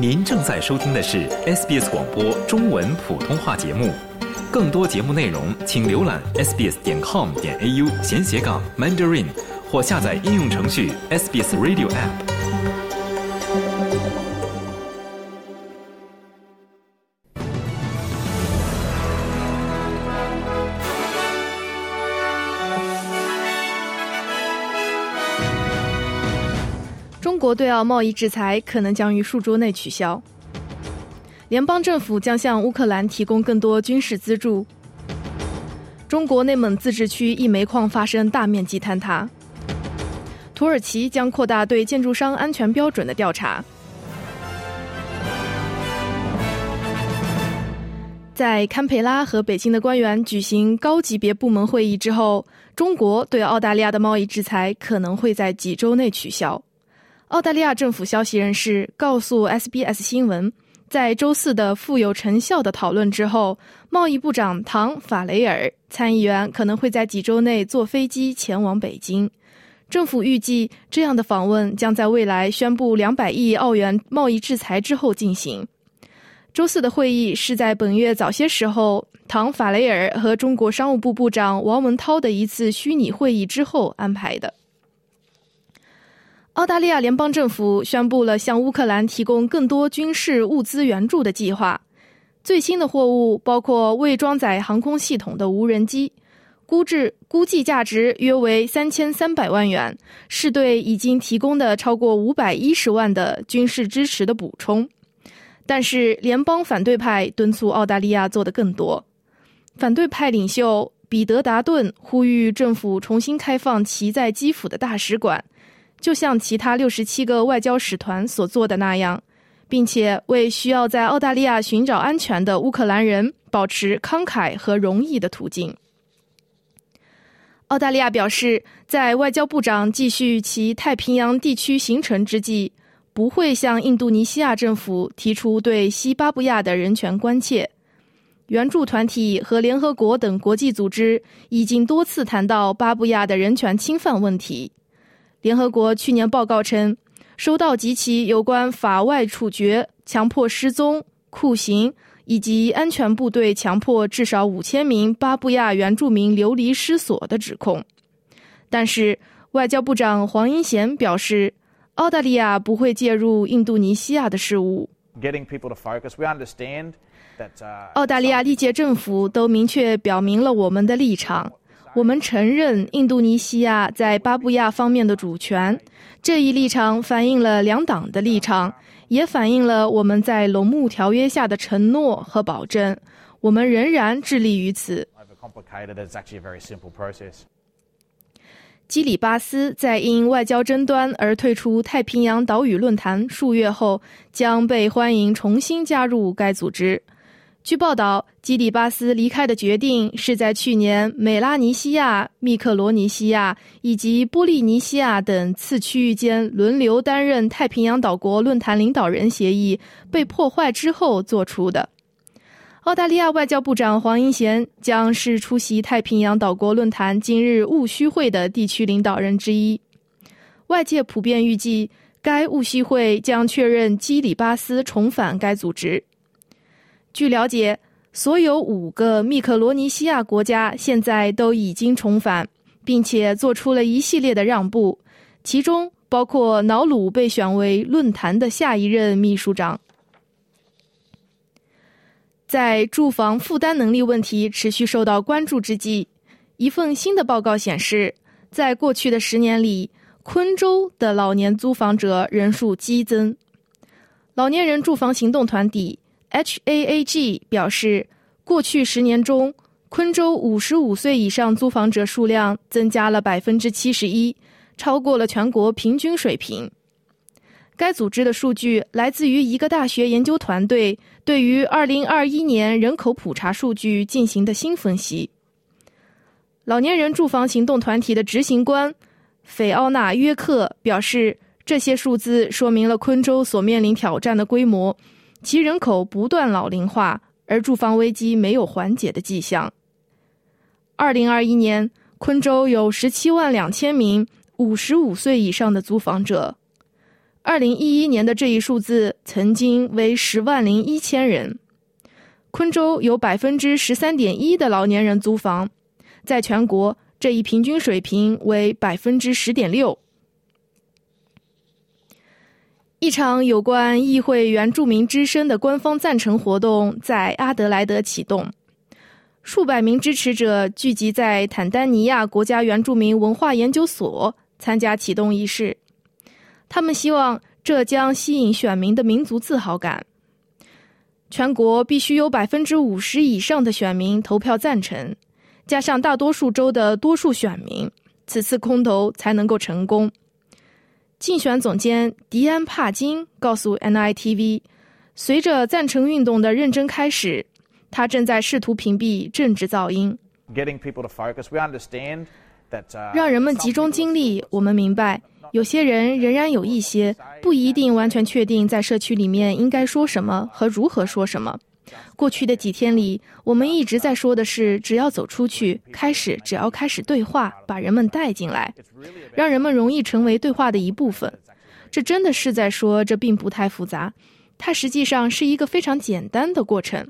您正在收听的是 SBS 广播中文普通话节目。更多节目内容请浏览 sbs.com.au/Mandarin 或下载应用程序 SBS Radio App。 中国对澳贸易制裁可能将于数周内取消。联邦政府将向乌克兰提供更多军事资助。中国内蒙自治区一煤矿发生大面积坍塌。土耳其将扩大对建筑商安全标准的调查。在堪培拉和北京的官员举行高级别部门会议之后，中国对澳大利亚的贸易制裁可能会在几周内取消。澳大利亚政府消息人士告诉 SBS 新闻，在周四的富有成效的讨论之后，贸易部长唐·法雷尔参议员可能会在几周内坐飞机前往北京。政府预计这样的访问将在未来宣布200亿澳元贸易制裁之后进行。周四的会议是在本月早些时候，唐·法雷尔和中国商务部部长王文涛的一次虚拟会议之后安排的。澳大利亚联邦政府宣布了向乌克兰提供更多军事物资援助的计划。最新的货物包括未装载航空系统的无人机，估计价值约为3300万元，是对已经提供的超过510万的军事支持的补充。但是联邦反对派敦促澳大利亚做得更多。反对派领袖彼得·达顿呼吁政府重新开放其在基辅的大使馆，就像其他67个外交使团所做的那样，并且为需要在澳大利亚寻找安全的乌克兰人保持慷慨和容易的途径。澳大利亚表示，在外交部长继续其太平洋地区行程之际，不会向印度尼西亚政府提出对西巴布亚的人权关切。援助团体和联合国等国际组织已经多次谈到巴布亚的人权侵犯问题。联合国去年报告称，收到几起有关法外处决、强迫失踪、酷刑以及安全部队强迫至少5000名巴布亚原住民流离失所的指控。但是外交部长黄英贤表示，澳大利亚不会介入印度尼西亚的事务。澳大利亚历届政府都明确表明了我们的立场。我们承认印度尼西亚在巴布亚方面的主权，这一立场反映了两党的立场，也反映了我们在龙目条约下的承诺和保证。我们仍然致力于此。基里巴斯在因外交争端而退出太平洋岛屿论坛数月后，将被欢迎重新加入该组织。据报道，基里巴斯离开的决定是在去年美拉尼西亚、密克罗尼西亚以及波利尼西亚等次区域间轮流担任太平洋岛国论坛领导人协议被破坏之后做出的。澳大利亚外交部长黄英贤将是出席太平洋岛国论坛今日务虚会的地区领导人之一。外界普遍预计，该务虚会将确认基里巴斯重返该组织。据了解，所有5个密克罗尼西亚国家现在都已经重返，并且做出了一系列的让步，其中包括瑙鲁被选为论坛的下一任秘书长。在住房负担能力问题持续受到关注之际，一份新的报告显示，在过去的10年里，昆州的老年租房者人数激增。老年人住房行动团体HAAG 表示，过去10年中，昆州55岁以上租房者数量增加了 71%， 超过了全国平均水平。该组织的数据来自于一个大学研究团队对于2021年人口普查数据进行的新分析。老年人住房行动团体的执行官斐奥娜·约克表示，这些数字说明了昆州所面临挑战的规模，其人口不断老龄化，而住房危机没有缓解的迹象。2021年，昆州有17万2000名55岁以上的租房者。 2011年的这一数字曾经为10.1万人。昆州有 13.1% 的老年人租房，在全国这一平均水平为 10.6%。一场有关议会原住民之声的官方赞成活动在阿德莱德启动，数百名支持者聚集在坦丹尼亚国家原住民文化研究所参加启动仪式。他们希望这将吸引选民的民族自豪感。全国必须有 50% 以上的选民投票赞成，加上大多数州的多数选民，此次公投才能够成功。竞选总监迪安·帕金告诉 NITV， 随着赞成运动的认真开始，他正在试图屏蔽政治噪音，让人们集中精力。我们明白，有些人仍然有一些不一定完全确定在社区里面应该说什么和如何说什么。过去的几天里，我们一直在说的是，只要走出去，只要开始对话，把人们带进来，让人们容易成为对话的一部分。这真的是在说，这并不太复杂，它实际上是一个非常简单的过程。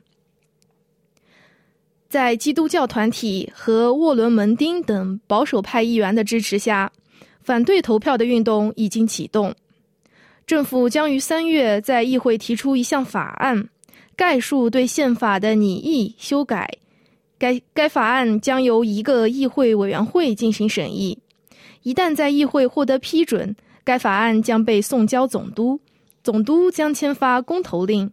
在基督教团体和沃伦门丁等保守派议员的支持下，反对投票的运动已经启动。政府将于3月在议会提出一项法案，概述对宪法的拟议修改。该法案将由一个议会委员会进行审议。一旦在议会获得批准，该法案将被送交总督，总督将签发公投令。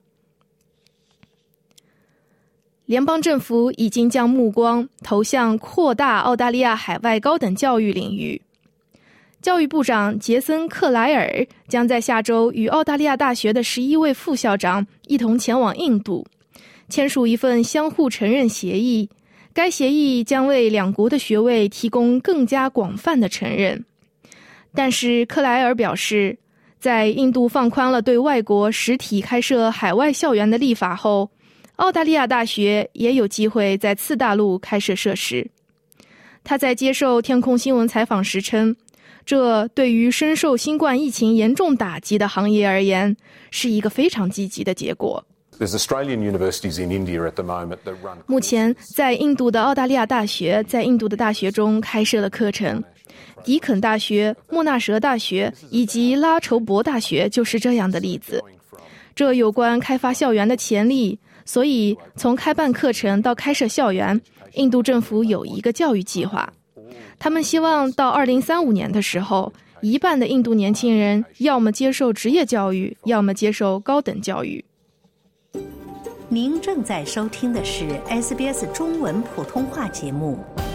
联邦政府已经将目光投向扩大澳大利亚海外高等教育领域。教育部长杰森·克莱尔将在下周与澳大利亚大学的11位副校长一同前往印度，签署一份相互承认协议。该协议将为两国的学位提供更加广泛的承认。但是克莱尔表示，在印度放宽了对外国实体开设海外校园的立法后，澳大利亚大学也有机会在次大陆开设设施。他在接受天空新闻采访时称，这对于深受新冠疫情严重打击的行业而言，是一个非常积极的结果。目前，在印度的澳大利亚大学在印度的大学中开设了课程，迪肯大学、莫纳什大学以及拉筹伯大学就是这样的例子。这有关开发校园的潜力，所以从开办课程到开设校园，印度政府有一个教育计划。他们希望到2035年的时候，一半的印度年轻人要么接受职业教育，要么接受高等教育。 您正在收听的是 SBS 中文普通话节目。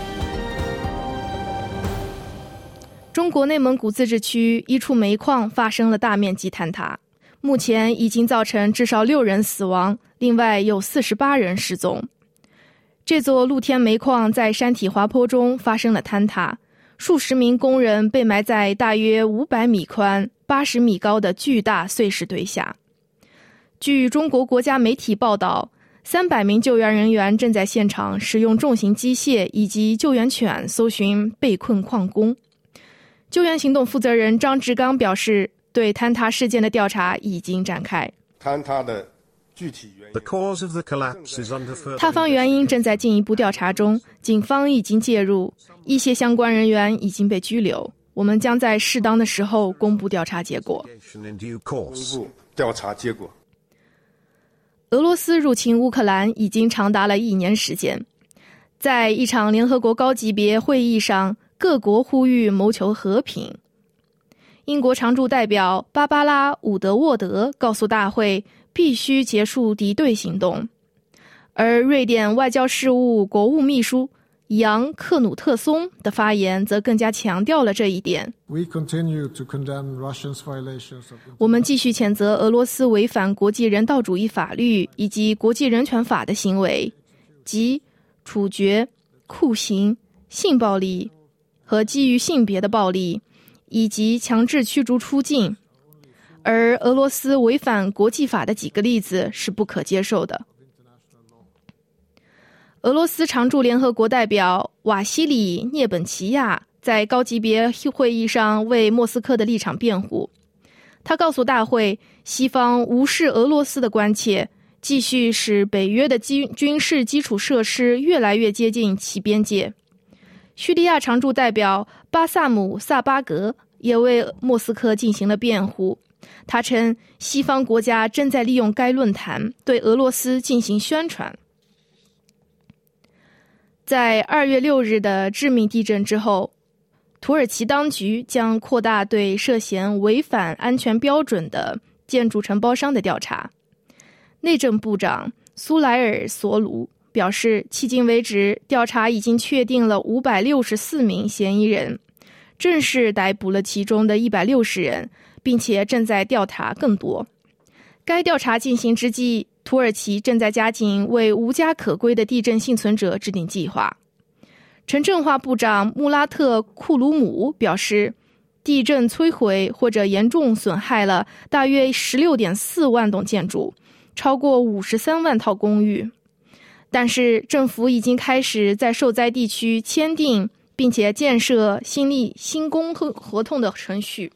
中国内蒙古自治区一处煤矿发生了大面积坍塌，目前已经造成至少6人死亡，另外有48人失踪。这座露天煤矿在山体滑坡中发生了坍塌，数十名工人被埋在大约500米宽、80米高的巨大碎石堆下。据中国国家媒体报道，300名救援人员正在现场使用重型机械以及救援犬搜寻被困矿工。救援行动负责人张志刚表示，对坍塌事件的调查已经展开。 坍塌的具体原因， 塌方原因正在进一步调查中，警方已经介入，一些相关人员已经被拘留。我们将在适当的时候公布调查结果。俄罗斯入侵乌克兰已经长达了1年时间。在一场联合国高级别会议上，各国呼吁谋求和平。英国常驻代表芭芭拉·伍德沃德告诉大会，必须结束敌对行动。而瑞典外交事务国务秘书杨·克努特松的发言则更加强调了这一点。我们继续谴责俄罗斯违反国际人道主义法律以及国际人权法的行为，即处决、酷刑、性暴力和基于性别的暴力，以及强制驱逐出境。而俄罗斯违反国际法的几个例子是不可接受的。俄罗斯常驻联合国代表瓦西里·涅本齐亚在高级别会议上为莫斯科的立场辩护。 他告诉大会，西方无视俄罗斯的关切，继续使北约的军事基础设施越来越接近其边界。叙利亚常驻代表巴萨姆·萨巴格也为莫斯科进行了辩护，他称西方国家正在利用该论坛对俄罗斯进行宣传。在2月6日的致命地震之后，土耳其当局将扩大对涉嫌违反安全标准的建筑承包商的调查。内政部长苏莱尔索鲁表示，迄今为止，调查已经确定了564名嫌疑人，正式逮捕了其中的160人，并且正在调查更多。该调查进行之际，土耳其正在加紧为无家可归的地震幸存者制定计划。城镇化部长穆拉特·库鲁姆表示，地震摧毁或者严重损害了大约 16.4 万栋建筑，超过53万套公寓。但是政府已经开始在受灾地区签订并且建设新工合同的程序。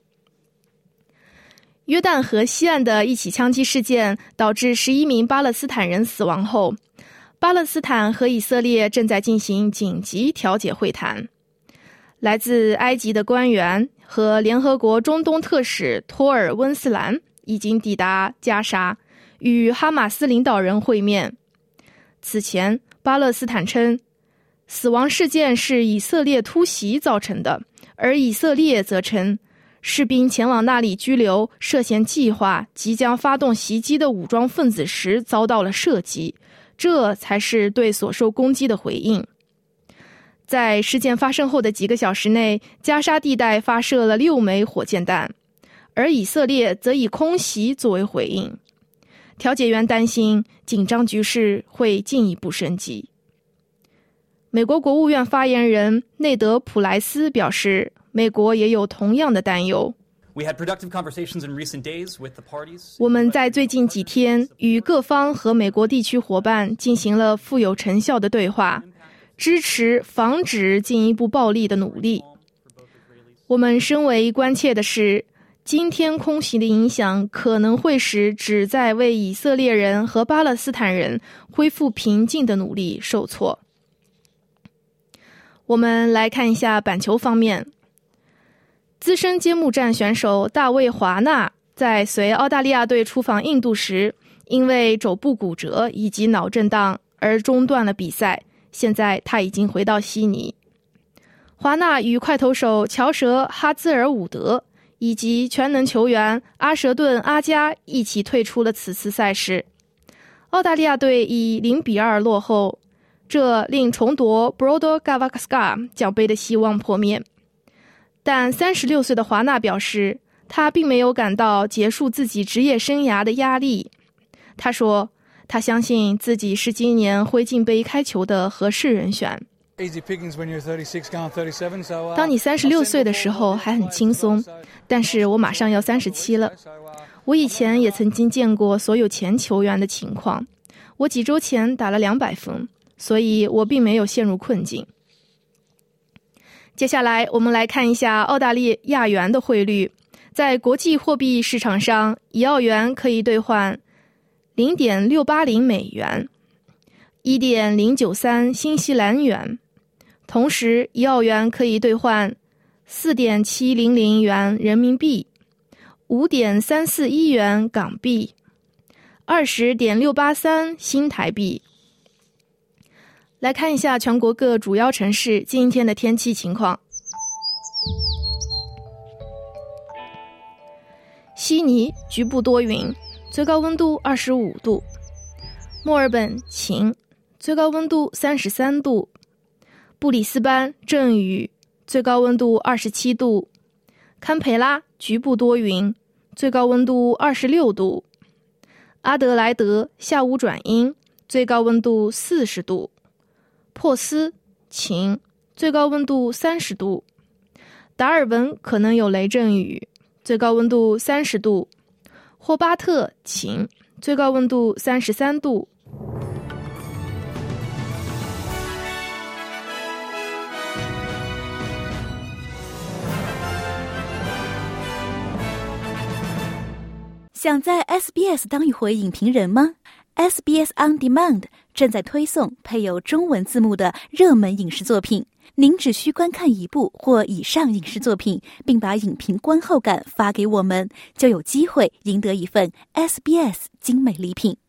约旦河西岸的一起枪击事件导致11名巴勒斯坦人死亡后，巴勒斯坦和以色列正在进行紧急调解会谈。来自埃及的官员和联合国中东特使托尔温斯兰已经抵达加沙，与哈马斯领导人会面。此前，巴勒斯坦称死亡事件是以色列突袭造成的，而以色列则称士兵前往那里拘留涉嫌计划即将发动袭击的武装分子时遭到了射击，这才是对所受攻击的回应。在事件发生后的几个小时内，加沙地带发射了6枚火箭弹，而以色列则以空袭作为回应。调解员担心紧张局势会进一步升级。美国国务院发言人内德·普莱斯表示，美国也有同样的担忧。我们在最近几天与各方和美国地区伙伴进行了富有成效的对话，支持防止进一步暴力的努力。我们深为关切的是，今天空袭的影响可能会使旨在为以色列人和巴勒斯坦人恢复平静的努力受挫。我们来看一下板球方面。资深揭幕战选手大卫·华纳在随澳大利亚队出访印度时，因为肘部骨折以及脑震荡而中断了比赛，现在他已经回到悉尼。华纳与快投手乔舍·哈兹尔伍德以及全能球员阿什顿·阿加一起退出了此次赛事。澳大利亚队以0-2落后，这令重夺 Broder Gavaskar 奖杯的希望破灭。但36岁的华纳表示，他并没有感到结束自己职业生涯的压力。他说，他相信自己是今年灰烬杯开球的合适人选。当你36岁的时候还很轻松，但是我马上要37了。我以前也曾经见过所有前球员的情况，我几周前打了200分，所以我并没有陷入困境。接下来我们来看一下澳大利亚元的汇率。在国际货币市场上，1澳元可以兑换 0.680 美元， 1.093 新西兰元。同时1澳元可以兑换 4.700 元人民币， 5.341 元港币， 20.683 新台币。来看一下全国各主要城市今天的天气情况。悉尼局部多云，最高温度25度；墨尔本晴，最高温度33度；布里斯班阵雨，最高温度27度；堪培拉局部多云，最高温度26度；阿德莱德下午转阴，最高温度40度；珀斯晴，最高温度30度；达尔文可能有雷阵雨，最高温度30度；霍巴特晴，最高温度33度。 想在 SBS 当一回影评人吗？ SBS On Demand 正在推送配有中文字幕的热门影视作品，您只需观看一部或以上影视作品，并把影评观后感发给我们，就有机会赢得一份 SBS 精美礼品。